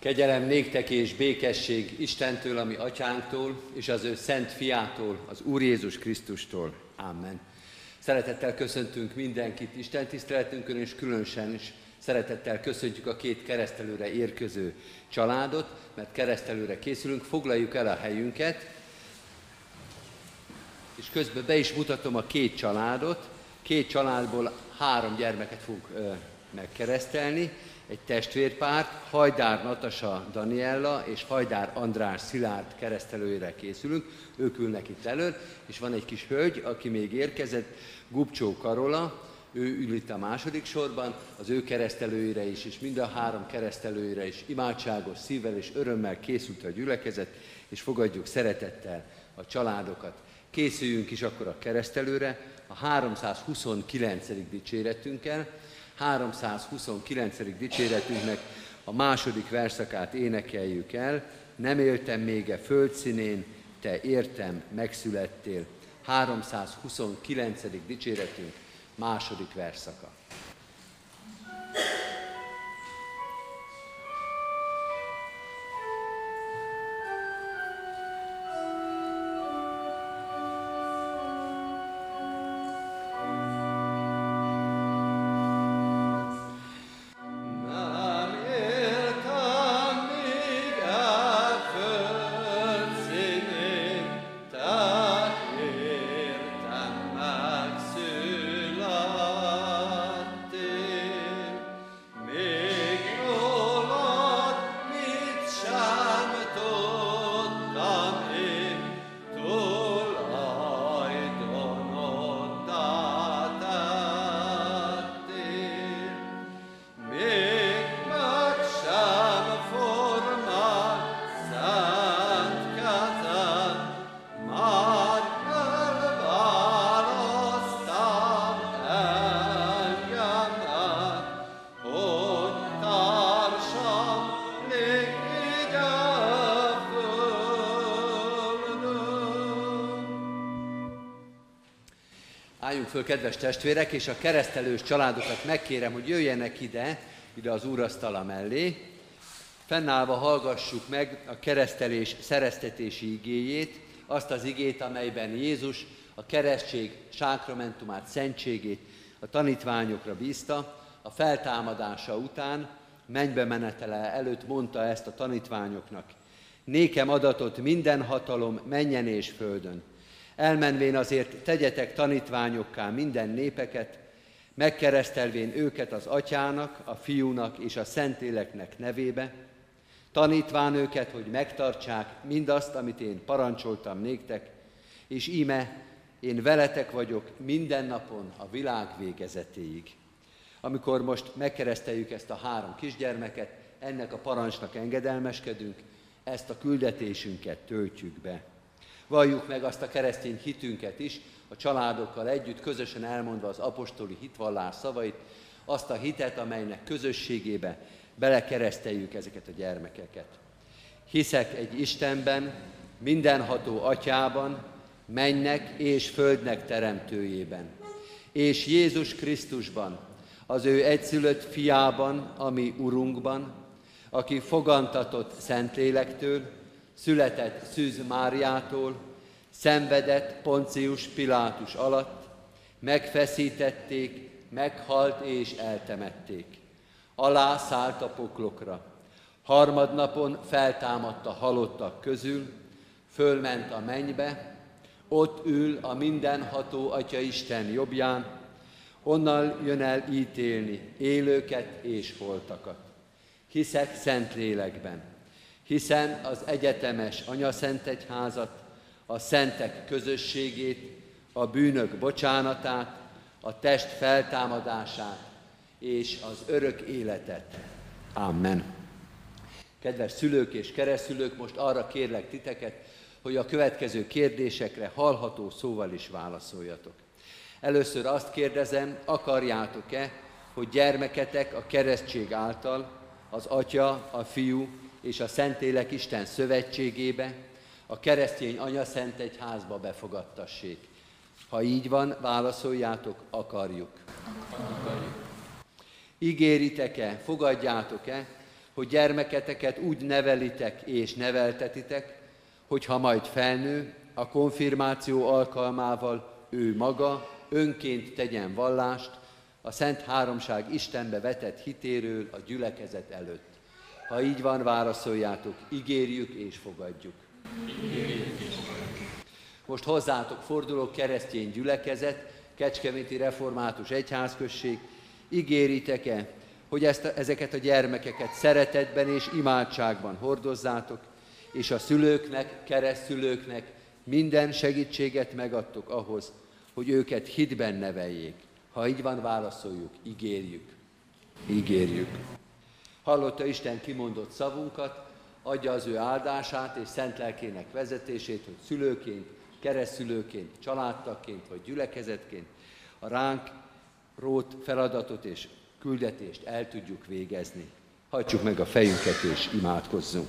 Kegyelem néktek és békesség Istentől, ami atyánktól, és az ő szent fiától, az Úr Jézus Krisztustól. Amen. Szeretettel köszöntünk mindenkit Isten tiszteletünkön, és különösen is szeretettel köszöntjük a két keresztelőre érkező családot, mert keresztelőre készülünk, foglaljuk el a helyünket, és közben be is mutatom a két családot. Két családból 3 gyermeket fogunk megkeresztelni, egy testvérpárt, Hajdár Natasa Daniella és Hajdár András Szilárd keresztelőire készülünk, ők ülnek itt elől, és van egy kis hölgy, aki még érkezett, Gubcsó Karola, ő ül itt a második sorban, az ő keresztelőire is, és mind a 3 keresztelőire is imádságos szívvel és örömmel készült a gyülekezet, és fogadjuk szeretettel a családokat. Készüljünk is akkor a keresztelőre, a 329. dicséretünkkel. 329. dicséretünknek a második verszakát énekeljük el. Nem éltem még a földszínén, te értem megszülettél. 329. dicséretünk második verszaka. Álljunk föl, kedves testvérek, és a keresztelős családokat megkérem, hogy jöjjenek ide az úrasztala mellé. Fennállva hallgassuk meg a keresztelés szereztetési igéjét, azt az igét, amelyben Jézus a keresztség sákramentumát, szentségét a tanítványokra bízta, a feltámadása után, mennybe menetele előtt mondta ezt a tanítványoknak. Nékem adatott minden hatalom mennyen és földön. Elmenvén azért tegyetek tanítványokká minden népeket, megkeresztelvén őket az Atyának, a Fiúnak és a Szentléleknek nevébe, tanítván őket, hogy megtartsák mindazt, amit én parancsoltam néktek, és íme én veletek vagyok minden napon a világ végezetéig. Amikor most megkereszteljük ezt a 3 kisgyermeket, ennek a parancsnak engedelmeskedünk, ezt a küldetésünket töltjük be. Valljuk meg azt a keresztény hitünket is, a családokkal együtt, közösen elmondva az apostoli hitvallás szavait, azt a hitet, amelynek közösségébe belekereszteljük ezeket a gyermekeket. Hiszek egy Istenben, mindenható Atyában, mennynek és földnek teremtőjében, és Jézus Krisztusban, az ő egyszülött fiában, ami Urunkban, aki fogantatott Szentlélektől, született Szűz Máriától, szenvedett Poncius Pilátus alatt, megfeszítették, meghalt és eltemették. Alá szállt a poklokra. Harmadnapon feltámadt a halottak közül, fölment a mennybe, ott ül a mindenható Atya Isten jobbján, onnan jön el ítélni élőket és holtakat. Hiszek Szentlélekben, hiszen az egyetemes anyaszentegyházat, a szentek közösségét, a bűnök bocsánatát, a test feltámadását és az örök életet. Amen. Kedves szülők és keresztszülők, most arra kérlek titeket, hogy a következő kérdésekre hallható szóval is válaszoljatok. Először azt kérdezem, akarjátok-e, hogy gyermeketek a keresztség által az Atya, a Fiú és a Szentlélek Isten szövetségébe, a keresztény anyaszentegyházba befogadtassék? Ha így van, válaszoljátok, akarjuk. Ígéritek-e, fogadjátok-e, hogy gyermeketeket úgy nevelitek és neveltetitek, hogy ha majd felnő, a konfirmáció alkalmával ő maga önként tegyen vallást a Szent Háromság Istenbe vetett hitéről a gyülekezet előtt. Ha így van, válaszoljátok, ígérjük és fogadjuk. Most hozzátok forduló keresztény gyülekezet, Kecskeméti Református Egyházközség, ígéritek-e, hogy ezeket a gyermekeket szeretetben és imádságban hordozzátok, és a szülőknek, keresztszülőknek minden segítséget megadtok ahhoz, hogy őket hitben neveljék. Ha így van, válaszoljuk, ígérjük. Ígérjük. Hallotta Isten kimondott szavunkat, adja az ő áldását és szent lelkének vezetését, hogy szülőként, keresztszülőként, családtagként vagy gyülekezetként a ránk rót feladatot és küldetést el tudjuk végezni. Hajtsuk meg a fejünket és imádkozzunk.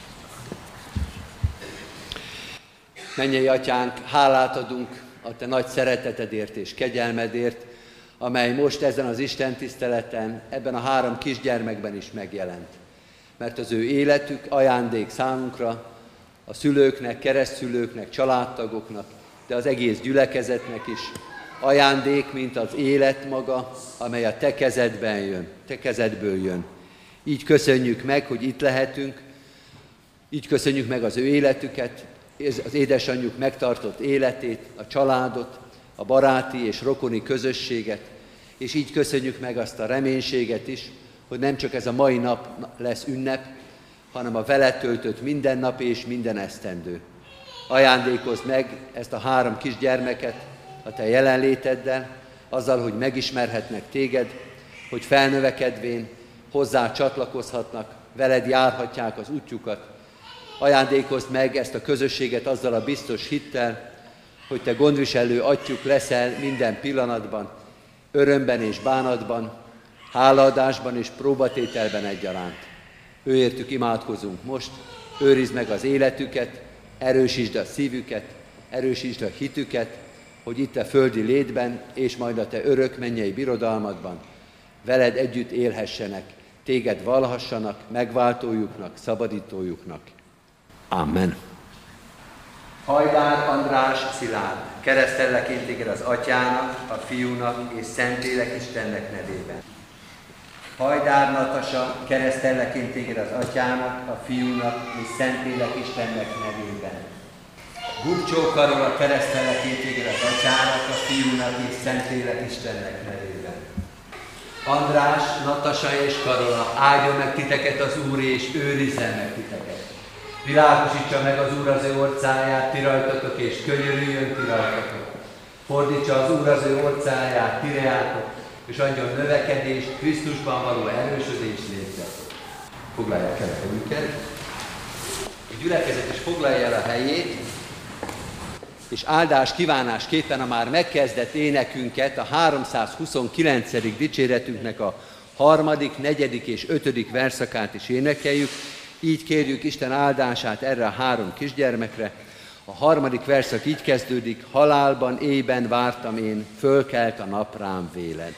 Mennyei Atyánk, hálát adunk a Te nagy szeretetedért és kegyelmedért, amely most ezen az Isten tiszteleten, ebben a 3 kisgyermekben is megjelent. Mert az ő életük ajándék számunkra, a szülőknek, keresztszülőknek, családtagoknak, de az egész gyülekezetnek is ajándék, mint az élet maga, amely a Te kezedben jön, Te kezedből jön. Így köszönjük meg, hogy itt lehetünk, így köszönjük meg az ő életüket, az édesanyjuk megtartott életét, a családot, a baráti és rokoni közösséget, és így köszönjük meg azt a reménységet is, hogy nem csak ez a mai nap lesz ünnep, hanem a veled töltött minden nap és minden esztendő. Ajándékozd meg ezt a 3 kisgyermeket a Te jelenléteddel, azzal, hogy megismerhetnek Téged, hogy felnövekedvén hozzá csatlakozhatnak, veled járhatják az útjukat. Ajándékozd meg ezt a közösséget azzal a biztos hittel, hogy Te gondviselő atyjuk leszel minden pillanatban, örömben és bánatban, hálaadásban és próbatételben egyaránt. Őértük imádkozunk most, őrizd meg az életüket, erősítsd a szívüket, erősítsd a hitüket, hogy itt a földi létben és majd a Te örök mennyei birodalmadban veled együtt élhessenek, Téged vallhassanak, megváltójuknak, szabadítójuknak. Amen. Hajdár András Szilárd, keresztellek én téged az Atyának, a Fiúnak és Szentlélek Istennek nevében. Hajdár Natasa, keresztellek én téged az Atyának, a Fiúnak és Szentlélek Istennek nevében. Gubcsó Karola, keresztellek én téged az Atyának, a Fiúnak és Szentlélek Istennek nevében. András, Natasa és Karola, áldjon meg titeket az Úr, és őrizzen meg titeket. Világosítsa meg az Úr az ő orcáját, ti rajtatok, és könyörüljön ti rajtatok. Fordítsa az Úr az ő orcáját, ti reátok, és adjon növekedést, Krisztusban való erősödést nézzetek. Foglalják el a helyüket. A gyülekezet is foglalja el a helyét, és áldás kívánásképpen a már megkezdett énekünket, a 329. dicséretünknek a 3., 4. és 5. verszakát is énekeljük. Így kérjük Isten áldását erre a 3 kisgyermekre. A 3. verszak így kezdődik: halálban, éjben vártam én, fölkelt a nap rám véled.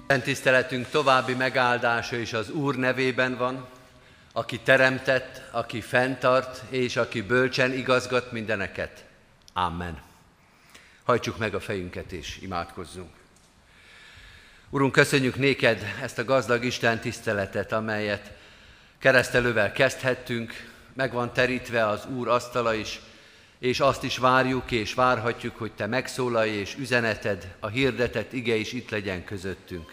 Tiszteletünk további megáldása is az Úr nevében van, aki teremtett, aki fenntart, és aki bölcsen igazgat mindeneket. Amen. Hajtsuk meg a fejünket és imádkozzunk. Urunk, köszönjük néked ezt a gazdag Isten tiszteletet, amelyet keresztelővel kezdhettünk, meg van terítve az Úr asztala is, és azt is várjuk és várhatjuk, hogy te megszólalj, és üzeneted, a hirdetett ige is itt legyen közöttünk.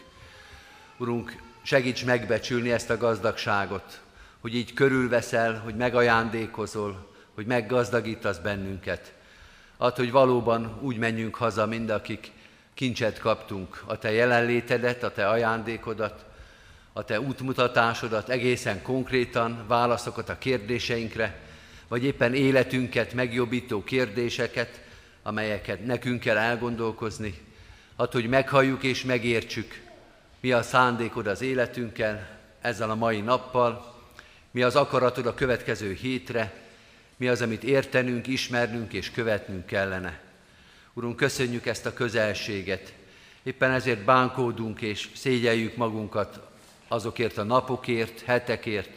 Urunk, segíts megbecsülni ezt a gazdagságot, hogy így körülveszel, hogy megajándékozol, hogy meggazdagítasz bennünket. Add, hogy valóban úgy menjünk haza, mind akik kincset kaptunk, a te jelenlétedet, a te ajándékodat, a te útmutatásodat, egészen konkrétan válaszokat a kérdéseinkre, vagy éppen életünket megjobbító kérdéseket, amelyeket nekünk kell elgondolkozni. Add, hogy meghalljuk és megértsük, mi a szándékod az életünkkel, ezzel a mai nappal, mi az akaratod a következő hétre, mi az, amit értenünk, ismernünk és követnünk kellene. Urunk, köszönjük ezt a közelséget, éppen ezért bánkódunk és szégyeljük magunkat azokért a napokért, hetekért,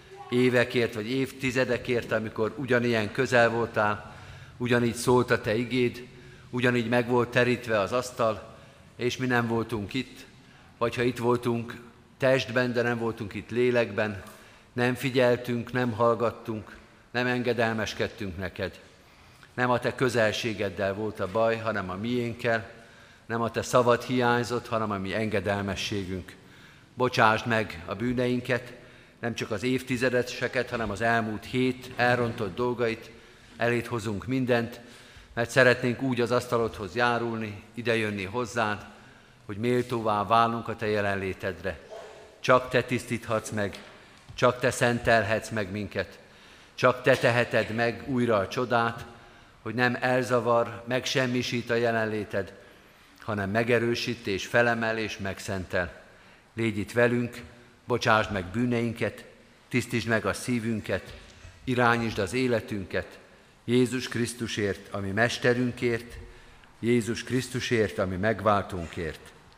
évekért vagy évtizedekért, amikor ugyanilyen közel voltál, ugyanígy szólt a te igéd, ugyanígy meg volt terítve az asztal, és mi nem voltunk itt, vagy ha itt voltunk testben, de nem voltunk itt lélekben, nem figyeltünk, nem hallgattunk, nem engedelmeskedtünk neked. Nem a te közelségeddel volt a baj, hanem a miénkkel, nem a te szavad hiányzott, hanem a mi engedelmességünk. Bocsásd meg a bűneinket, nem csak az évtizedeseket, hanem az elmúlt hét elrontott dolgait, eléd hozunk mindent, mert szeretnénk úgy az asztalodhoz járulni, idejönni hozzád, hogy méltóvá válunk a te jelenlétedre. Csak te tisztíthatsz meg, csak te szentelhetsz meg minket, csak te teheted meg újra a csodát, hogy nem elzavar, megsemmisít a jelenléted, hanem megerősít és felemel és megszentel. Légy itt velünk, bocsásd meg bűneinket, tisztítsd meg a szívünket, irányítsd az életünket, Jézus Krisztusért, ami mesterünkért, Jézus Krisztusért, ami megváltunkért.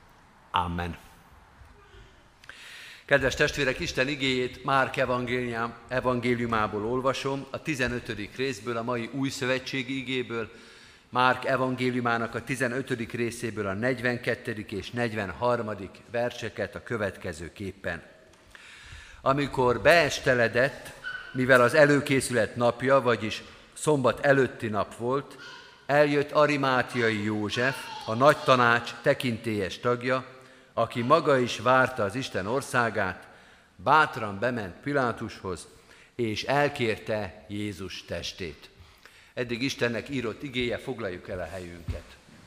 Amen. Kedves testvérek, Isten igéjét Márk evangéliumából olvasom, a 15. részből, a mai újszövetségi igéből, Márk evangéliumának a 15. részéből a 42. és 43. verseket a következőképpen. Amikor beesteledett, mivel az előkészület napja, vagyis szombat előtti nap volt, eljött Arimátiai József, a nagy tanács tekintélyes tagja, aki maga is várta az Isten országát, bátran bement Pilátushoz, és elkérte Jézus testét. Eddig Istennek írott igéje, foglaljuk el a helyünket.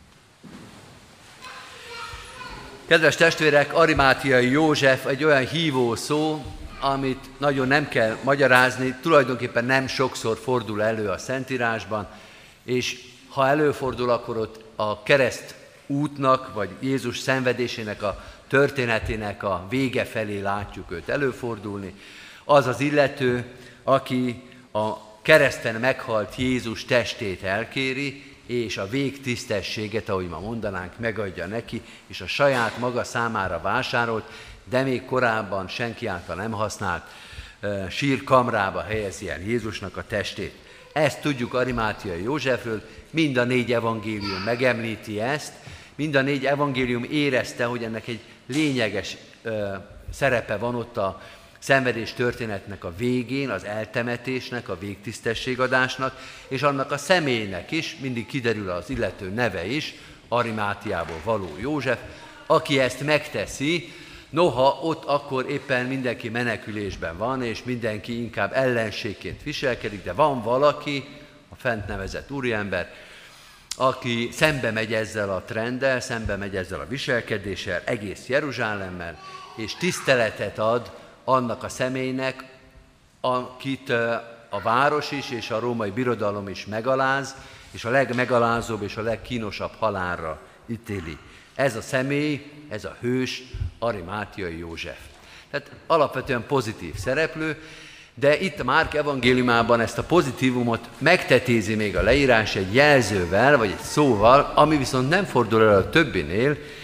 Kedves testvérek, Arimátiai József egy olyan hívó szó, amit nagyon nem kell magyarázni, tulajdonképpen nem sokszor fordul elő a Szentírásban, és ha előfordul, akkor ott a kereszt útnak, vagy Jézus szenvedésének a történetének a vége felé látjuk őt előfordulni. Az az illető, aki a kereszten meghalt Jézus testét elkéri, és a végtisztességet, ahogy ma mondanánk, megadja neki, és a saját maga számára vásárolt, de még korábban senki által nem használt sírkamrába helyezi el Jézusnak a testét. Ezt tudjuk Arimátiai Józsefről, mind a 4 evangélium megemlíti ezt, mind a 4 evangélium érezte, hogy ennek egy lényeges szerepe van ott a szenvedés történetnek a végén, az eltemetésnek, a végtisztességadásnak, és annak a személynek is, mindig kiderül az illető neve is, Arimátiából való József, aki ezt megteszi, noha ott akkor éppen mindenki menekülésben van, és mindenki inkább ellenségként viselkedik, de van valaki, a fent nevezett úriember, aki szembe megy ezzel a trenddel, szembe megy ezzel a viselkedéssel, egész Jeruzsálemmel, és tiszteletet ad annak a személynek, akit a város is és a római birodalom is megaláz, és a legmegalázóbb és a legkínosabb halálra ítéli. Ez a személy, ez a hős, Arimátiai József. Tehát alapvetően pozitív szereplő, de itt a Márk evangéliumában ezt a pozitívumot megtetézi még a leírás egy jelzővel, vagy egy szóval, ami viszont nem fordul el a többinél,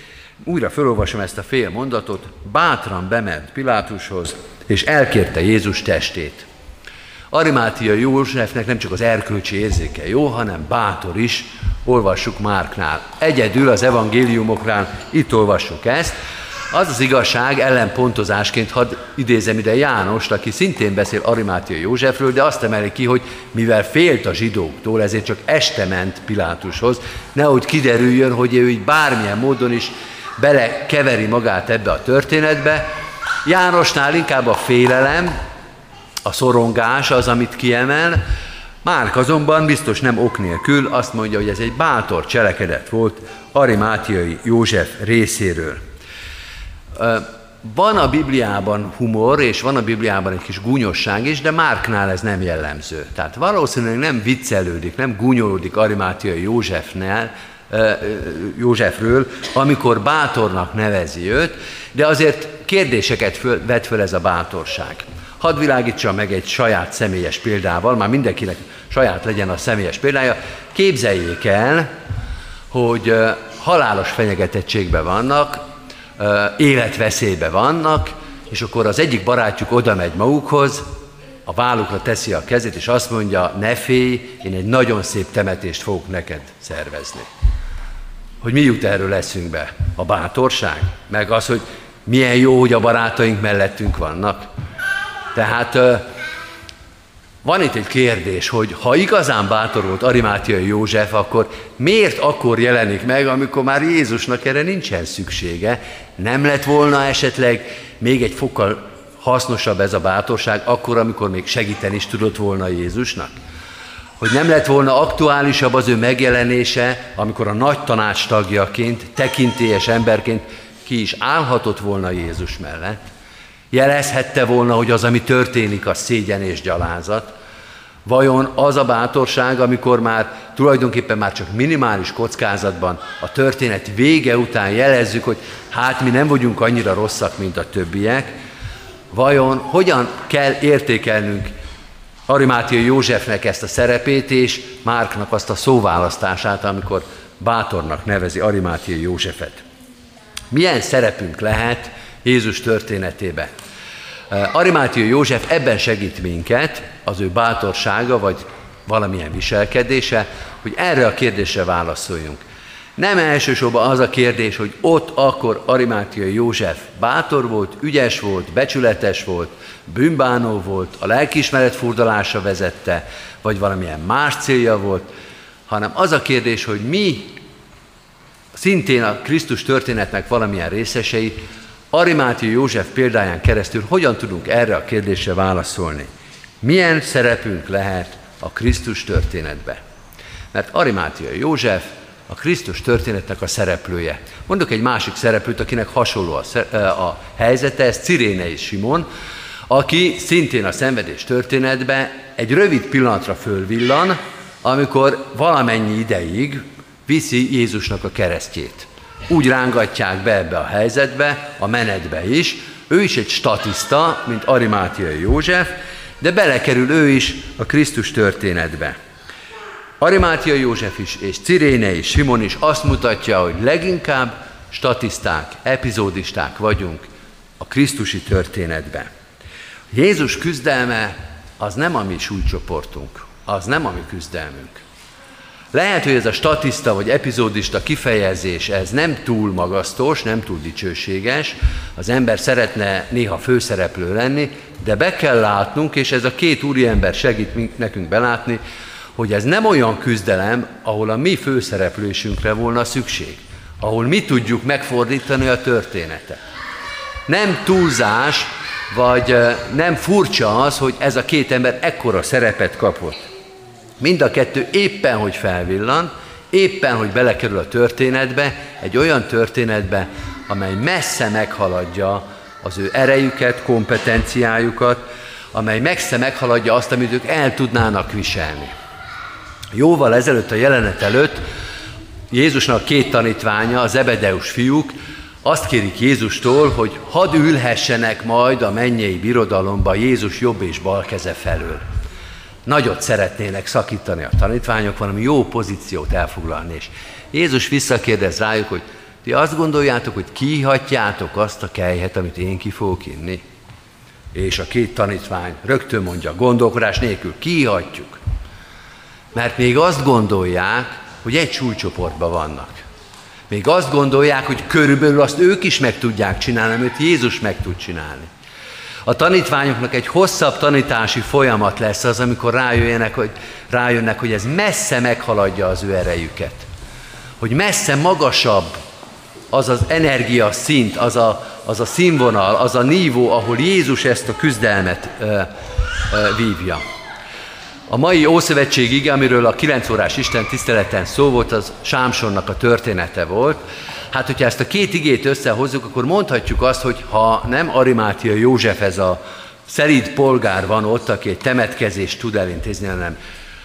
Újra felolvasom ezt a fél mondatot. Bátran bement Pilátushoz, és elkérte Jézus testét. Arimátiai Józsefnek nem csak az erkölcsi érzéke jó, hanem bátor is, olvassuk Márknál. Egyedül az evangéliumoknál itt olvassuk ezt. Az az igazság, ellenpontozásként hadd idézem ide Jánost, aki szintén beszél Arimátiai Józsefről, de azt emeli ki, hogy mivel félt a zsidóktól, ezért csak este ment Pilátushoz, nehogy kiderüljön, hogy ő így bármilyen módon is belekeveri magát ebbe a történetbe. Jánosnál inkább a félelem, a szorongás az, amit kiemel. Márk azonban biztos nem ok nélkül azt mondja, hogy ez egy bátor cselekedet volt Arimátiai József részéről. Van a Bibliában humor, és van a Bibliában egy kis gúnyosság is, de Márknál ez nem jellemző. Tehát valószínűleg nem viccelődik, nem gúnyolódik Arimátiai Józsefről, amikor bátornak nevezi őt, de azért kérdéseket vet föl ez a bátorság. Hadd világítsam meg egy saját személyes példával, már mindenkinek saját legyen a személyes példája. Képzeljék el, hogy halálos fenyegetettségben vannak, életveszélyben vannak, és akkor az egyik barátjuk oda megy magukhoz, a vállukra teszi a kezét, és azt mondja, ne félj, én egy nagyon szép temetést fogok neked szervezni. Hogy mi jut erről eszünkbe? A bátorság? Meg az, hogy milyen jó, hogy a barátaink mellettünk vannak. Tehát van itt egy kérdés, hogy ha igazán bátor volt Arimátiai József, akkor miért akkor jelenik meg, amikor már Jézusnak erre nincsen szüksége? Nem lett volna esetleg még egy fokkal hasznosabb ez a bátorság, akkor, amikor még segíteni is tudott volna Jézusnak? Hogy nem lett volna aktuálisabb az ő megjelenése, amikor a nagy tanács tagjaként, tekintélyes emberként ki is állhatott volna Jézus mellett? Jelezhette volna, hogy az, ami történik, az szégyen és gyalázat. Vajon az a bátorság, amikor már tulajdonképpen már csak minimális kockázatban a történet vége után jelezzük, hogy hát mi nem vagyunk annyira rosszak, mint a többiek, vajon hogyan kell értékelnünk Arimátiai Józsefnek ezt a szerepét, és Márknak azt a szóválasztását, amikor bátornak nevezi Arimátiai Józsefet? Milyen szerepünk lehet Jézus történetébe? Arimátiai József ebben segít minket, az ő bátorsága, vagy valamilyen viselkedése, hogy erre a kérdésre válaszoljunk. Nem elsősorban az a kérdés, hogy ott akkor Arimátiai József bátor volt, ügyes volt, becsületes volt, bűnbánó volt, a lelkiismeret furdalása vezette, vagy valamilyen más célja volt, hanem az a kérdés, hogy mi szintén a Krisztus történetnek valamilyen részesei, Arimátiai József példáján keresztül hogyan tudunk erre a kérdésre válaszolni? Milyen szerepünk lehet a Krisztus történetbe? Mert Arimátiai József a Krisztus történetnek a szereplője. Mondok egy másik szereplőt, akinek hasonló a helyzete, ez Cirénei Simon, aki szintén a szenvedés történetben egy rövid pillanatra fölvillan, amikor valamennyi ideig viszi Jézusnak a keresztjét. Úgy rángatják be ebbe a helyzetbe, a menetbe is. Ő is egy statiszta, mint Arimátiai József, de belekerül ő is a Krisztus történetbe. Arimátiai József is és Cirénei Simon is azt mutatja, hogy leginkább statiszták, epizódisták vagyunk a krisztusi történetben. Jézus küzdelme az nem a mi súlycsoportunk, az nem a mi küzdelmünk. Lehet, hogy ez a statiszta vagy epizódista kifejezés, ez nem túl magasztos, nem túl dicsőséges, az ember szeretne néha főszereplő lenni, de be kell látnunk, és ez a két úriember segít nekünk belátni, hogy ez nem olyan küzdelem, ahol a mi főszereplésünkre volna szükség, ahol mi tudjuk megfordítani a történetet. Nem túlzás, vagy nem furcsa az, hogy ez a két ember ekkora szerepet kapott. Mind a kettő éppen, hogy felvillan, éppen, hogy belekerül a történetbe, egy olyan történetbe, amely messze meghaladja az ő erejüket, kompetenciájukat, amely messze meghaladja azt, amit ők el tudnának viselni. Jóval ezelőtt, a jelenet előtt Jézusnak két tanítványa, az Zebedeus fiúk, azt kérik Jézustól, hogy hadd ülhessenek majd a mennyei birodalomba Jézus jobb és bal keze felől. Nagyot szeretnének szakítani a tanítványok, valami jó pozíciót elfoglalni. És Jézus visszakérdez rájuk, hogy ti azt gondoljátok, hogy kihatjátok azt a kelyhet, amit én ki fogok inni? És a két tanítvány rögtön mondja, gondolkodás nélkül, kihatjuk. Mert még azt gondolják, hogy egy súlycsoportban vannak. Még azt gondolják, hogy körülbelül azt ők is meg tudják csinálni, amit Jézus meg tud csinálni. A tanítványoknak egy hosszabb tanítási folyamat lesz az, amikor rájönnek, hogy ez messze meghaladja az ő erejüket. Hogy messze magasabb az az energiaszint, az a színvonal, az a nívó, ahol Jézus ezt a küzdelmet vívja. A mai Ószövetség ige, amiről a 9 órás Isten tiszteleten szó volt, az Sámsonnak a története volt. Hát, hogyha ezt a két igét összehozzuk, akkor mondhatjuk azt, hogy ha nem Arimáthia József, ez a szelíd polgár van ott, aki egy temetkezést tud elintézni, hanem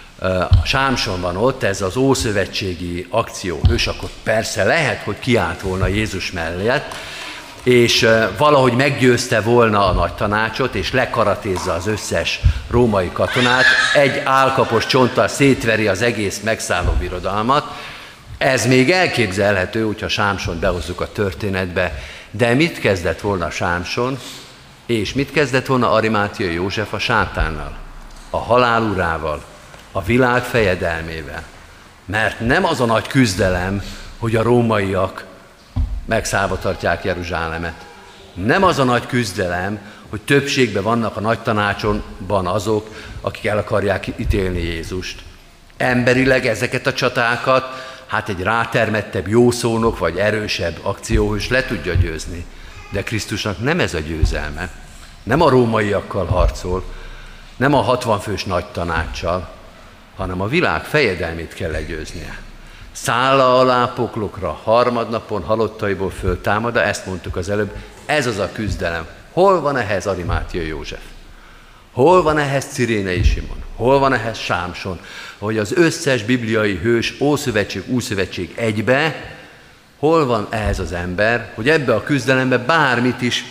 Sámson van ott, ez az ószövetségi akcióhős, akkor persze lehet, hogy kiállt volna Jézus mellett, és valahogy meggyőzte volna a nagy tanácsot, és lekaratézza az összes római katonát, egy állkapos csonttal szétveri az egész megszálló birodalmat. Ez még elképzelhető, hogyha Sámson behozzuk a történetbe, de mit kezdett volna Sámson, és mit kezdett volna Arimáthia József a sátánnal, a halál urával, a világ fejedelmével? Mert nem az a nagy küzdelem, hogy a rómaiak megszállva tartják Jeruzsálemet. Nem az a nagy küzdelem, hogy többségben vannak a nagy tanácsonban azok, akik el akarják ítélni Jézust. Emberileg ezeket a csatákat, hát egy rátermettebb jószónok vagy erősebb akcióhős le tudja győzni. De Krisztusnak nem ez a győzelme. Nem a rómaiakkal harcol, nem a 60 fős nagy tanáccsal, hanem a világ fejedelmét kell legyőznie. Szálla alá poklokra, harmadnapon halottaiból föltámad, de ezt mondtuk az előbb, ez az a küzdelem. Hol van ehhez Arimáthia József? Hol van ehhez Cirénei Simon? Hol van ehhez Sámson? Hogy az összes bibliai hős, Ószövetség, Újszövetség egybe, hol van ehhez az ember, hogy ebbe a küzdelembe bármit is,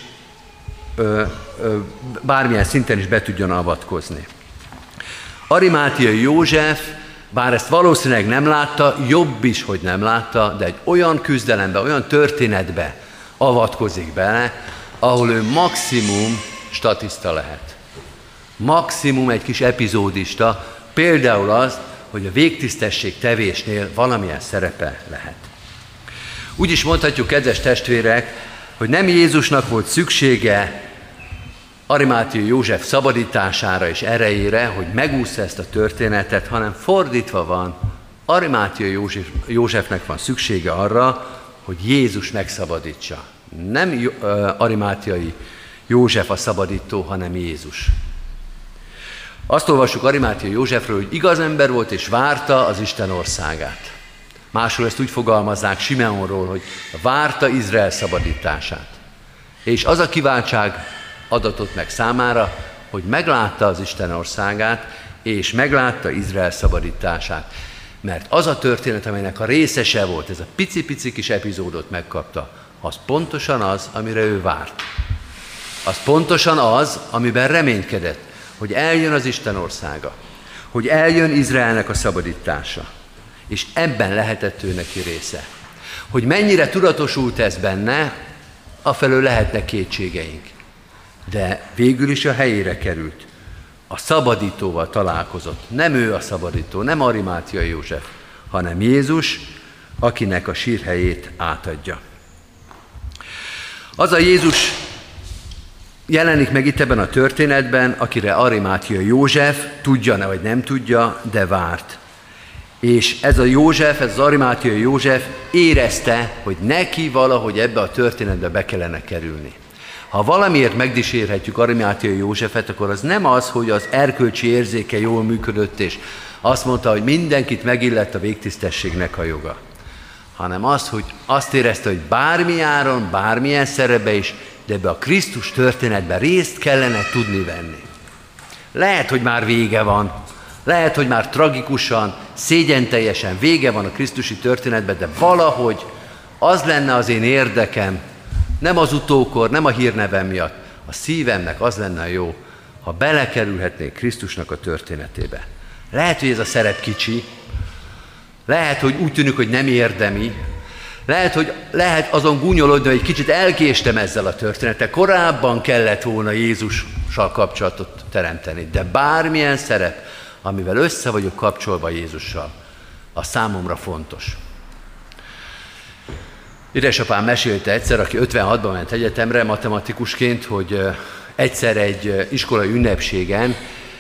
bármilyen szinten is be tudjon avatkozni. Arimáthia József, bár ezt valószínűleg nem látta, jobb is, hogy nem látta, de egy olyan küzdelembe, olyan történetbe avatkozik bele, ahol ő maximum statiszta lehet. Maximum egy kis epizódista, például az, hogy a végtisztesség tevésnél valamilyen szerepe lehet. Úgy is mondhatjuk, kedves testvérek, hogy nem Jézusnak volt szüksége Arimáthia József szabadítására és erejére, hogy megúszza ezt a történetet, hanem fordítva van, Arimáthia Józsefnek van szüksége arra, hogy Jézus megszabadítsa. Nem Arimáthiai József a szabadító, hanem Jézus. Azt olvassuk Arimáthia Józsefről, hogy igaz ember volt és várta az Isten országát. Máshol ezt úgy fogalmazzák Simeonról, hogy várta Izrael szabadítását. És az a kiváltság adatott meg számára, hogy meglátta az Isten országát, és meglátta Izrael szabadítását. Mert az a történet, amelynek a részese volt, ez a pici-pici kis epizódot megkapta, az pontosan az, amire ő várt. Az pontosan az, amiben reménykedett, hogy eljön az Isten országa, hogy eljön Izraelnek a szabadítása. És ebben lehetett ő neki része. Hogy mennyire tudatosult ez benne, afelől lehetnek kétségeink. De végül is a helyére került. A szabadítóval találkozott. Nem ő a szabadító, nem Arimáthia József, hanem Jézus, akinek a sírhelyét átadja. Az a Jézus jelenik meg itt ebben a történetben, akire Arimáthia József tudja, vagy nem tudja, de várt. És ez a József, ez az Arimáthia József érezte, hogy neki valahogy ebbe a történetbe be kellene kerülni. Ha valamiért megdicsérhetjük Arimáthia Józsefet, akkor az nem az, hogy az erkölcsi érzéke jól működött, és azt mondta, hogy mindenkit megillett a végtisztességnek a joga, hanem az, hogy azt érezte, hogy bármi áron, bármilyen szerepe is, de ebbe a Krisztus történetben részt kellene tudni venni. Lehet, hogy már vége van, lehet, hogy már tragikusan, szégyenteljesen vége van a krisztusi történetben, de valahogy az lenne az én érdekem, nem az utókor, nem a hírnevem miatt, a szívemnek az lenne jó, ha belekerülhetnék Krisztusnak a történetébe. Lehet, hogy ez a szerep kicsi, lehet, hogy úgy tűnik, hogy nem érdemi, Lehet azon gúnyolódni, hogy egy kicsit elkéstem ezzel a történettel. Korábban kellett volna Jézussal kapcsolatot teremteni, de bármilyen szerep, amivel össze vagyok kapcsolva Jézussal, az számomra fontos. Édesapám mesélte egyszer, aki 56-ban ment egyetemre matematikusként, hogy egyszer egy iskolai ünnepségen,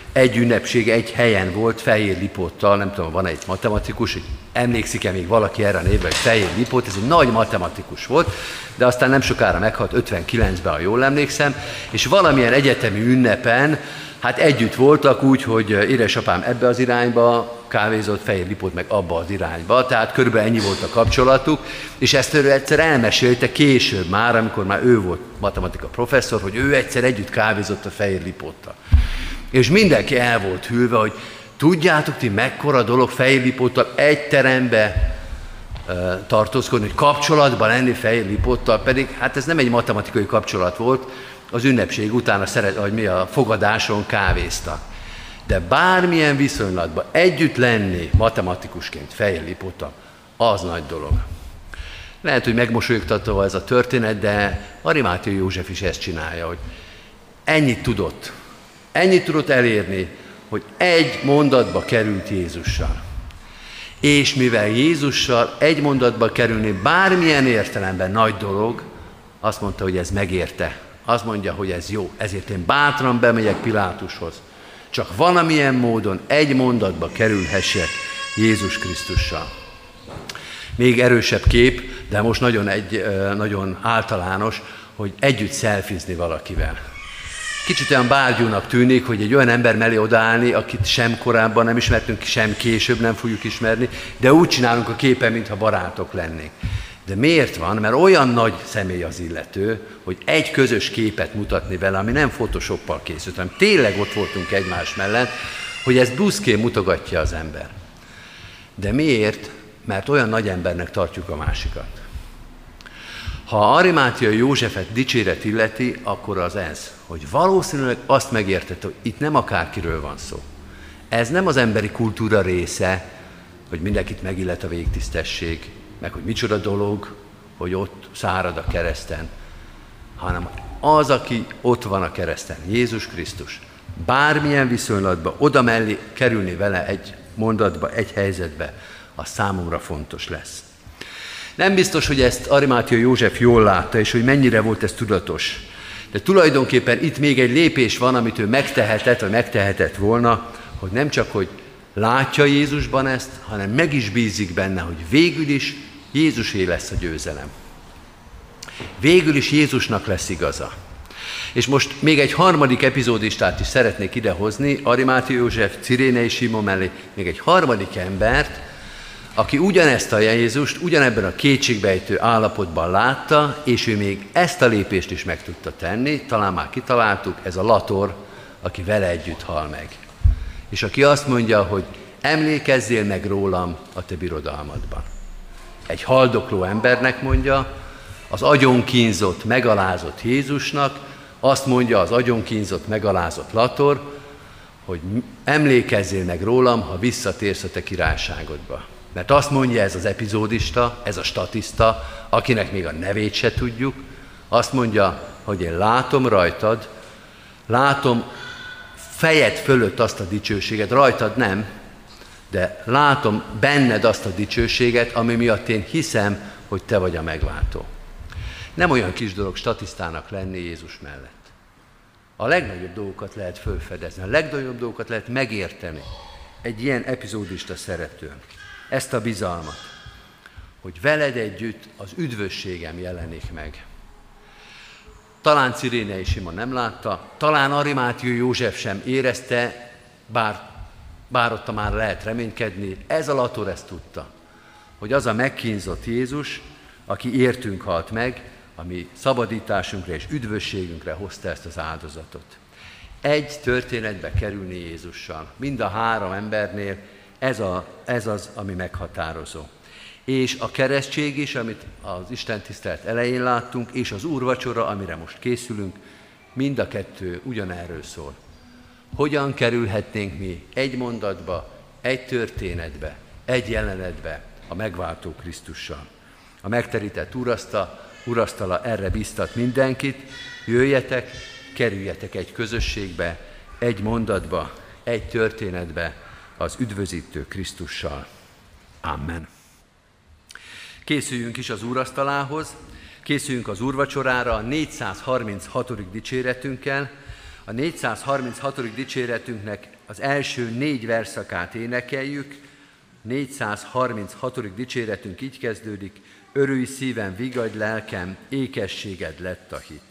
egy helyen volt Fehér Lipóttal, nem tudom, van egy matematikus, hogy emlékszik-e még valaki erre a névre, hogy Fehér Lipót, ez egy nagy matematikus volt, de aztán nem sokára meghalt, 59-ben, ha jól emlékszem, és valamilyen egyetemi ünnepen, hát együtt voltak úgy, hogy édesapám ebbe az irányba kávézott, Fehér Lipót meg abba az irányba, tehát körülbelül ennyi volt a kapcsolatuk, és ezt ő egyszer elmesélte később már, amikor már ő volt matematika professzor, hogy ő egyszer együtt kávézott a Fehér Lipóttal. És mindenki el volt hűlve, hogy tudjátok ti mekkora dolog Fehér Lipóttal egy terembe tartózkodni, hogy kapcsolatban lenni Fehér Lipóttal, pedig hát ez nem egy matematikai kapcsolat volt, az ünnepség után a fogadáson kávéztak. De bármilyen viszonylatban együtt lenni matematikusként Fehér Lipóttal, az nagy dolog. Lehet, hogy megmosolyogtató ez a történet, de Arimáthei József is ezt csinálja, hogy ennyit tudott elérni, hogy egy mondatba került Jézussal. És mivel Jézussal egy mondatba kerülni bármilyen értelemben nagy dolog, azt mondta, hogy ez megérte. Azt mondja, hogy ez jó, ezért én bátran bemegyek Pilátushoz. Csak valamilyen módon egy mondatba kerülhessek Jézus Krisztussal. Még erősebb kép, de most nagyon általános, hogy együtt szelfizni valakivel. Kicsit olyan bárgyúnak tűnik, hogy egy olyan ember mellé odaállni, akit sem korábban nem ismertünk, sem később nem fogjuk ismerni, de úgy csinálunk a képen, mintha barátok lennénk. De miért van? Mert olyan nagy személy az illető, hogy egy közös képet mutatni vele, ami nem Photoshoppal készült, hanem tényleg ott voltunk egymás mellett, hogy ez buszkén mutogatja az ember. De miért? Mert olyan nagy embernek tartjuk a másikat. Ha Arimáthei Józsefet dicséret illeti, akkor az ez, hogy valószínűleg azt megértette, hogy itt nem akárkiről van szó. Ez nem az emberi kultúra része, hogy mindenkit megillet a végtisztesség, meg hogy micsoda dolog, hogy ott szárad a kereszten, hanem az, aki ott van a kereszten, Jézus Krisztus, bármilyen viszonylatba, oda mellé kerülni vele egy mondatba, egy helyzetbe, az számomra fontos lesz. Nem biztos, hogy ezt Arimáthei József jól látta, és hogy mennyire volt ez tudatos. De tulajdonképpen itt még egy lépés van, amit ő megtehetett, vagy megtehetett volna, hogy nem csak, hogy látja Jézusban ezt, hanem meg is bízik benne, hogy végül is Jézusé lesz a győzelem. Végül is Jézusnak lesz igaza. És most még egy harmadik epizódistát is szeretnék idehozni, Arimáthei József, Cirénei Simon mellé, még egy harmadik embert, aki ugyanezt a Jézust, ugyanebben a kétségbejtő állapotban látta, és ő még ezt a lépést is meg tudta tenni, talán már kitaláltuk, ez a Lator, aki vele együtt hal meg. És aki azt mondja, hogy emlékezzél meg rólam a te birodalmadban. Egy haldokló embernek mondja, az agyonkínzott, megalázott Jézusnak, azt mondja az agyonkínzott, megalázott Lator, hogy emlékezzél meg rólam, ha visszatérsz a te királyságodba. Mert azt mondja ez az epizódista, ez a statiszta, akinek még a nevét se tudjuk, azt mondja, hogy én látom rajtad, látom fejed fölött azt a dicsőséget, rajtad nem, de látom benned azt a dicsőséget, ami miatt én hiszem, hogy te vagy a megváltó. Nem olyan kis dolog statisztának lenni Jézus mellett. A legnagyobb dolgokat lehet felfedezni, a legnagyobb dolgokat lehet megérteni egy ilyen epizódista szeretőn. Ezt a bizalmat, hogy veled együtt az üdvösségem jelenik meg. Talán Cirénei Simon nem látta, talán Arimáthei József sem érezte, bár ott már lehet reménykedni, ez a Lator ezt tudta, hogy az a megkínzott Jézus, aki értünk halt meg, ami szabadításunkra és üdvösségünkre hozta ezt az áldozatot. Egy történetbe kerülni Jézussal, mind a három embernél, ez az, ami meghatározó. És a keresztség is, amit az istentisztelet elején láttunk, és az úrvacsora, amire most készülünk, mind a kettő ugyanerről szól. Hogyan kerülhetnénk mi egy mondatba, egy történetbe, egy jelenetbe a megváltó Krisztussal? A megterített úrasztala erre biztat mindenkit, jöjjetek, kerüljetek egy közösségbe, egy mondatba, egy történetbe az üdvözítő Krisztussal. Amen. Készüljünk is az úrasztalához, készüljünk az úrvacsorára a 436. dicséretünkkel. A 436. dicséretünknek az első 4 verszakát énekeljük. 436. dicséretünk így kezdődik: örülj szívem, vigadj lelkem, ékességed lett a hit.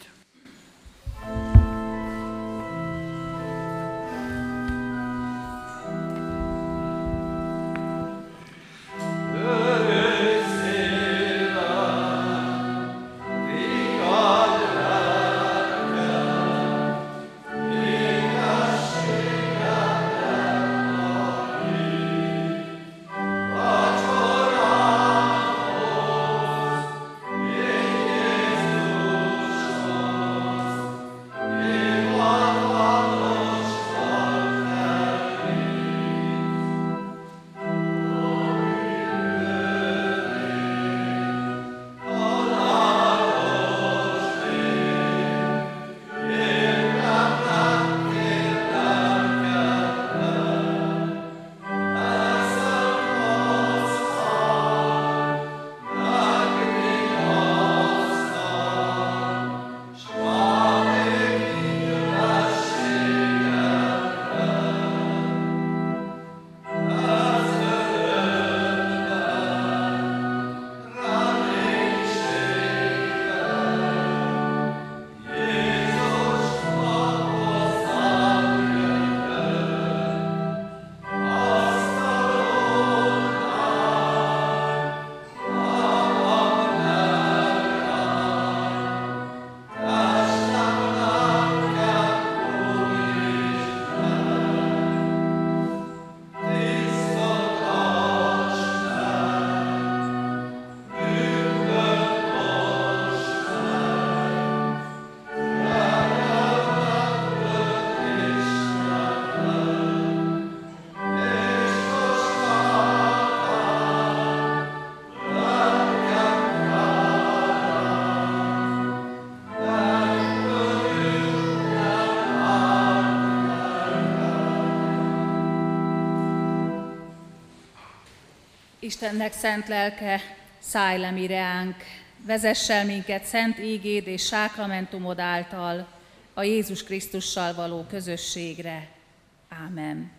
Istennek szent lelke, szállj le mi reánk, vezess el minket szent ígéd és sákramentumod által a Jézus Krisztussal való közösségre. Ámen.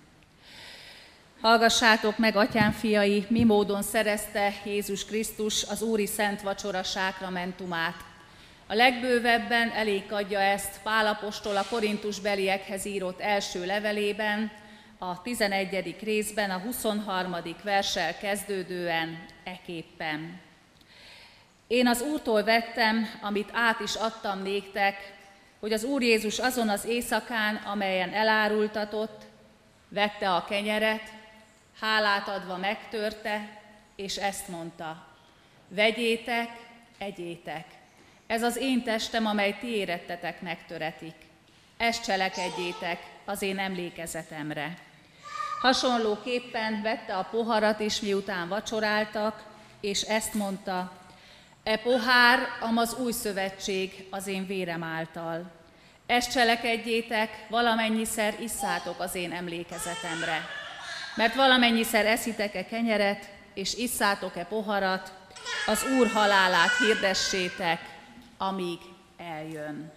Hallgassátok meg, atyám fiai, mi módon szerezte Jézus Krisztus az Úri Szent Vacsora sákramentumát. A legbővebben elénk adja ezt Pál apostol a korintusbeliekhez írott első levelében, a 11. részben, a 23. verssel kezdődően eképpen. Én az Úrtól vettem, amit át is adtam néktek, hogy az Úr Jézus azon az éjszakán, amelyen elárultatott, vette a kenyeret, hálát adva megtörte, és ezt mondta: vegyétek, egyétek, ez az én testem, amely ti érettetek megtöretik. Ezt cselekedjétek az én emlékezetemre. Hasonlóképpen vette a poharat is, miután vacsoráltak, és ezt mondta: e pohár, amaz új szövetség az én vérem által. Ezt cselekedjétek, valamennyiszer isszátok az én emlékezetemre. Mert valamennyiszer eszitek-e kenyeret, és isszátok-e poharat, az Úr halálát hirdessétek, amíg eljön.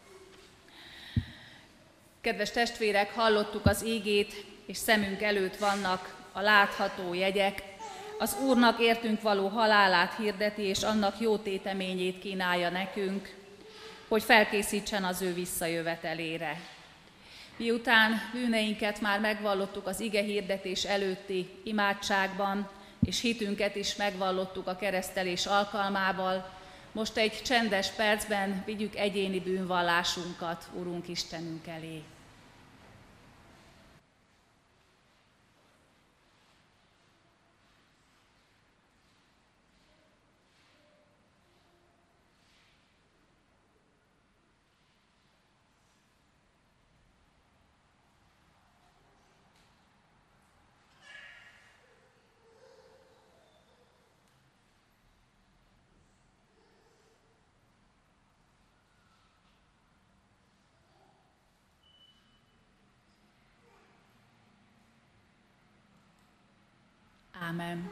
Kedves testvérek, hallottuk az ígét, és szemünk előtt vannak a látható jegyek. Az Úrnak értünk való halálát hirdeti, és annak jó téteményét kínálja nekünk, hogy felkészítsen az ő visszajövetelére. Miután bűneinket már megvallottuk az ige hirdetés előtti imádságban, és hitünket is megvallottuk a keresztelés alkalmával, most egy csendes percben vigyük egyéni bűnvallásunkat Urunk Istenünk elé. Ámen.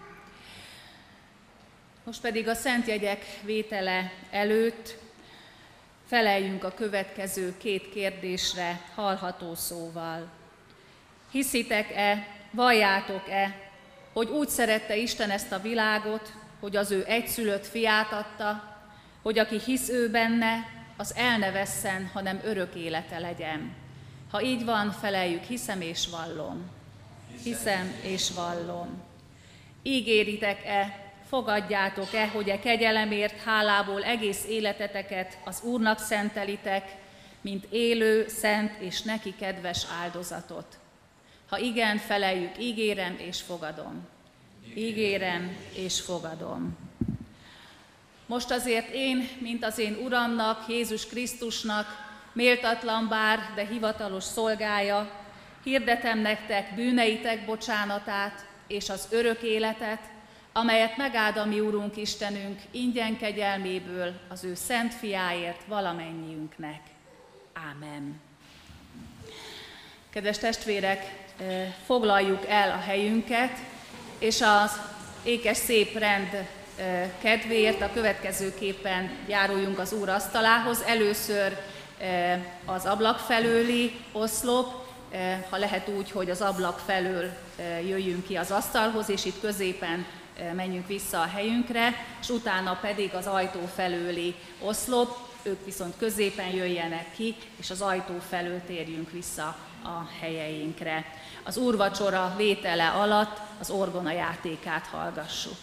Most pedig a szentjegyek vétele előtt feleljünk a következő 2 kérdésre hallható szóval. Hiszitek-e, valljátok-e, hogy úgy szerette Isten ezt a világot, hogy az ő egyszülött fiát adta, hogy aki hisz ő benne, az el ne vesszen, hanem örök élete legyen. Ha így van, feleljük, hiszem és vallom. Hiszem és vallom. Ígéritek-e, fogadjátok-e, hogy a kegyelemért hálából egész életeteket az Úrnak szentelitek, mint élő, szent és neki kedves áldozatot? Ha igen, feleljük, ígérem és fogadom. Ígérem és fogadom. Most azért én, mint az én Uramnak, Jézus Krisztusnak, méltatlan bár, de hivatalos szolgája, hirdetem nektek bűneitek bocsánatát és az örök életet, amelyet megáld a mi Urunk Istenünk ingyen kegyelméből az ő szent fiáért valamennyiünknek. Ámen. Kedves testvérek, foglaljuk el a helyünket, és az ékes szép rend kedvéért a következőképpen járuljunk az Úr asztalához. Először az ablak felőli oszlop, ha lehet úgy, hogy az ablak felől jöjjünk ki az asztalhoz, és itt középen menjünk vissza a helyünkre, és utána pedig az ajtó felőli oszlop, ők viszont középen jöjjenek ki, és az ajtó felől térjünk vissza a helyeinkre. Az úrvacsora vétele alatt az orgona játékát hallgassuk.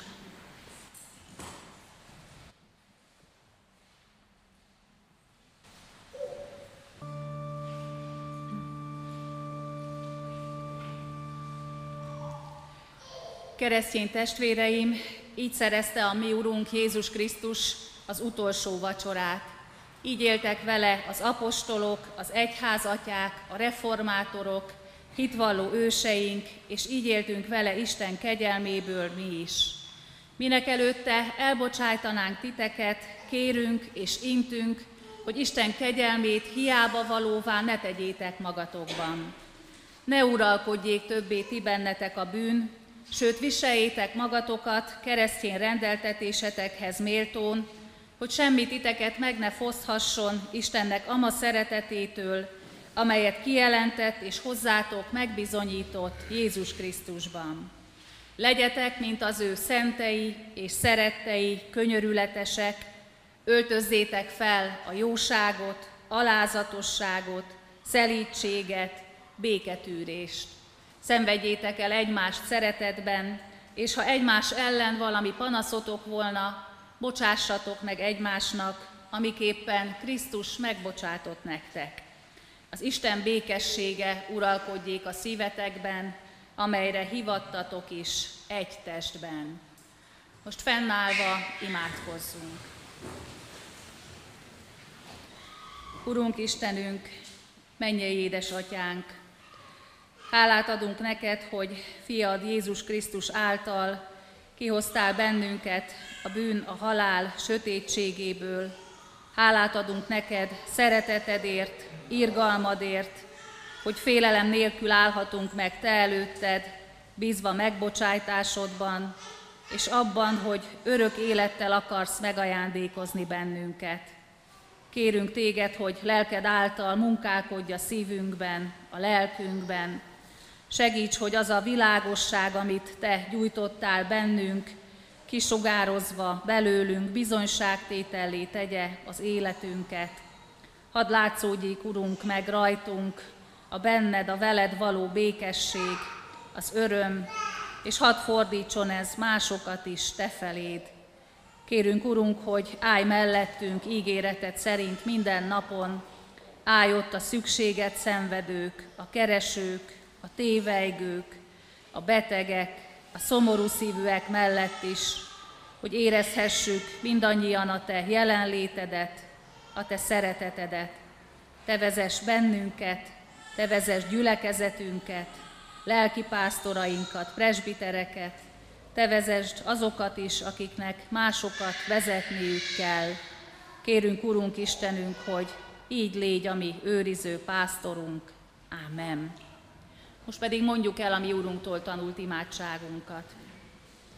Keresztény testvéreim, így szerezte a mi Urunk Jézus Krisztus az utolsó vacsorát. Így éltek vele az apostolok, az egyházatyák, a reformátorok, hitvalló őseink, és így éltünk vele Isten kegyelméből mi is. Mindenekelőtte elbocsájtanánk titeket, kérünk és intünk, hogy Isten kegyelmét hiába valóvá ne tegyétek magatokban. Ne uralkodjék többé ti bennetek a bűn, sőt viseljétek magatokat keresztény rendeltetésetekhez méltón, hogy semmi titeket meg ne foszthasson Istennek ama szeretetétől, amelyet kijelentett és hozzátok megbizonyított Jézus Krisztusban. Legyetek, mint az ő szentei és szerettei, könyörületesek, öltözzétek fel a jóságot, alázatosságot, szelídséget, béketűrést. Szenvedjétek el egymást szeretetben, és ha egymás ellen valami panaszotok volna, bocsássatok meg egymásnak, amiképpen Krisztus megbocsátott nektek. Az Isten békessége uralkodjék a szívetekben, amelyre hivattatok is egy testben. Most fennállva imádkozzunk. Urunk Istenünk, mennyei édesatyánk, hálát adunk neked, hogy fiad Jézus Krisztus által kihoztál bennünket a bűn, a halál sötétségéből. Hálát adunk neked szeretetedért, irgalmadért, hogy félelem nélkül állhatunk meg te előtted, bízva megbocsájtásodban, és abban, hogy örök élettel akarsz megajándékozni bennünket. Kérünk téged, hogy lelked által munkálkodj a szívünkben, a lelkünkben. Segíts, hogy az a világosság, amit te gyújtottál bennünk, kisugározva belőlünk bizonyságtétellé tegye az életünket. Hadd látszódjék, Urunk, meg rajtunk a benned, a veled való békesség, az öröm, és hadd fordítson ez másokat is te feléd. Kérünk, Urunk, hogy állj mellettünk ígéreted szerint minden napon, állj ott a szükséget szenvedők, a keresők, a tévejgők, a betegek, a szomorú szívűek mellett is, hogy érezhessük mindannyian a te jelenlétedet, a te szeretetedet. Te vezess bennünket, te vezess gyülekezetünket, lelkipásztorainkat, presbitereket, te vezesd azokat is, akiknek másokat vezetniük kell. Kérünk, Urunk Istenünk, hogy így légy a mi őriző pásztorunk. Ámen. Most pedig mondjuk el a mi Úrunktól tanult imádságunkat.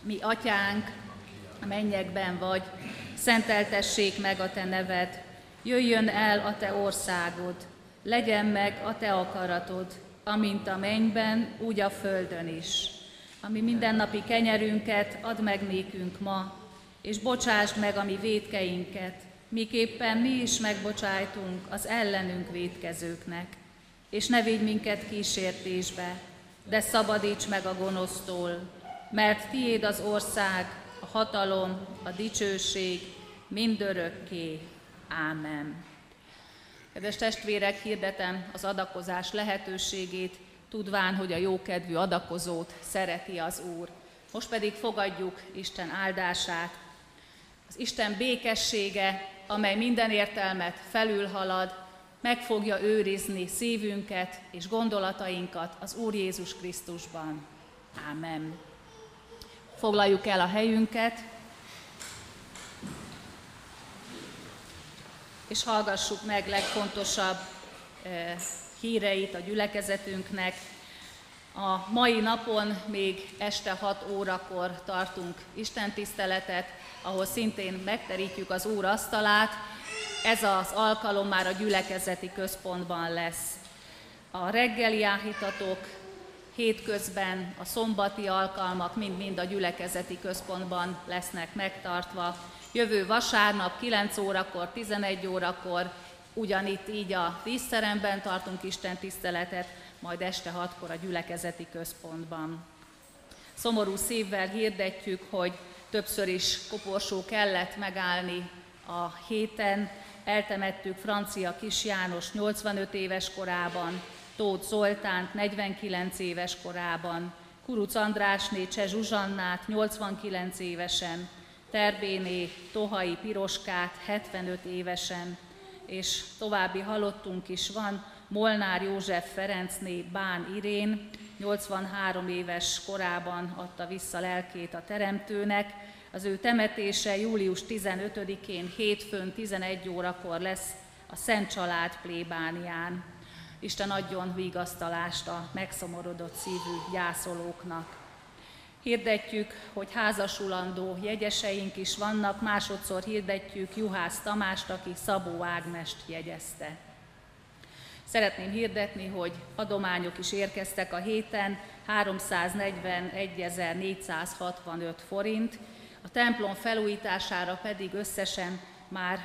Mi atyánk, a mennyekben vagy, szenteltessék meg a te neved, jöjjön el a te országod, legyen meg a te akaratod, amint a mennyben, úgy a földön is. Ami mindennapi kenyerünket add meg nékünk ma, és bocsásd meg a mi vétkeinket, miképpen mi is megbocsájtunk az ellenünk vétkezőknek. És ne vigy minket kísértésbe, de szabadíts meg a gonosztól, mert tiéd az ország, a hatalom, a dicsőség, mindörökké. Ámen. Kedves testvérek, hirdetem az adakozás lehetőségét, tudván, hogy a jókedvű adakozót szereti az Úr. Most pedig fogadjuk Isten áldását. Az Isten békessége, amely minden értelmet felülhalad, meg fogja őrizni szívünket és gondolatainkat az Úr Jézus Krisztusban. Ámen. Foglaljuk el a helyünket, és hallgassuk meg legfontosabb híreit a gyülekezetünknek. A mai napon még este 6 órakor tartunk istentiszteletet, ahol szintén megterítjük az Úr asztalát. Ez az alkalom már a gyülekezeti központban lesz. A reggeli áhítatók, hétközben a szombati alkalmak mind-mind a gyülekezeti központban lesznek megtartva. Jövő vasárnap 9 órakor, 11 órakor ugyanitt így a díszteremben tartunk istentiszteletet, majd este 6-kor a gyülekezeti központban. Szomorú szívvel hirdetjük, hogy többször is koporsó kellett megállni a héten. Eltemettük Francia Kis János 85 éves korában, Tóth Zoltánt 49 éves korában, Kuruc Andrásné Cseh Zsuzsannát 89 évesen, Terbéné Tohai Piroskát 75 évesen, és további halottunk is van, Molnár József Ferencné Bán Irén 83 éves korában adta vissza lelkét a Teremtőnek. Az ő temetése július 15-én hétfőn 11 órakor lesz a Szent Család plébánián. Isten adjon vigasztalást a megszomorodott szívű gyászolóknak. Hirdetjük, hogy házasulandó jegyeseink is vannak, másodszor hirdetjük Juhász Tamást, aki Szabó Ágnest jegyezte. Szeretném hirdetni, hogy adományok is érkeztek a héten, 341.465 forint, a templom felújítására pedig összesen már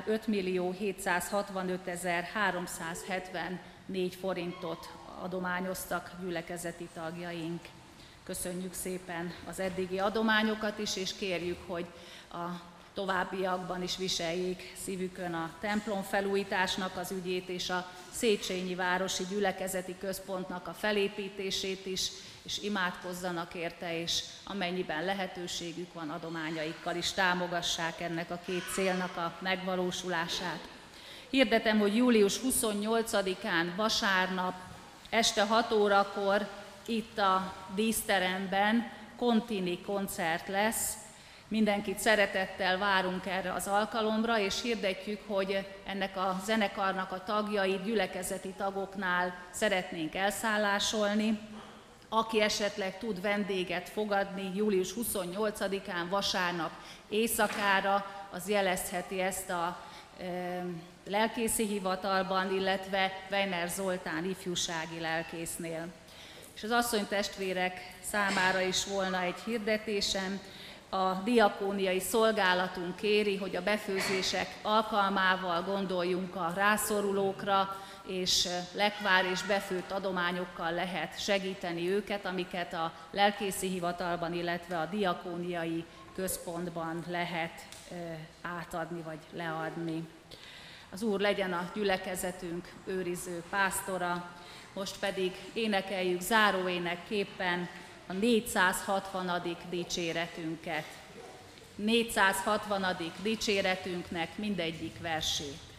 5.765.374 forintot adományoztak gyülekezeti tagjaink. Köszönjük szépen az eddigi adományokat is, és kérjük, hogy a továbbiakban is viseljék szívükön a templom felújításnak az ügyét, és a Széchenyi Városi Gyülekezeti Központnak a felépítését is, és imádkozzanak érte, és amennyiben lehetőségük van, adományaikkal is támogassák ennek a két célnak a megvalósulását. Hirdetem, hogy július 28-án vasárnap este 6 órakor itt a díszteremben Contini koncert lesz. Mindenkit szeretettel várunk erre az alkalomra, és hirdetjük, hogy ennek a zenekarnak a tagjai gyülekezeti tagoknál szeretnénk elszállásolni. Aki esetleg tud vendéget fogadni július 28-án vasárnap éjszakára, az jelezheti ezt a lelkészi hivatalban, illetve Weiner Zoltán ifjúsági lelkésznél. És az asszonytestvérek számára is volna egy hirdetésem. A diakóniai szolgálatunk kéri, hogy a befőzések alkalmával gondoljunk a rászorulókra, és lekvár és befőtt adományokkal lehet segíteni őket, amiket a lelkészi hivatalban, illetve a diakóniai központban lehet átadni vagy leadni. Az Úr legyen a gyülekezetünk őriző pásztora, most pedig énekeljük záróénekképpen a 460. dicséretünket. 460. dicséretünknek mindegyik versét.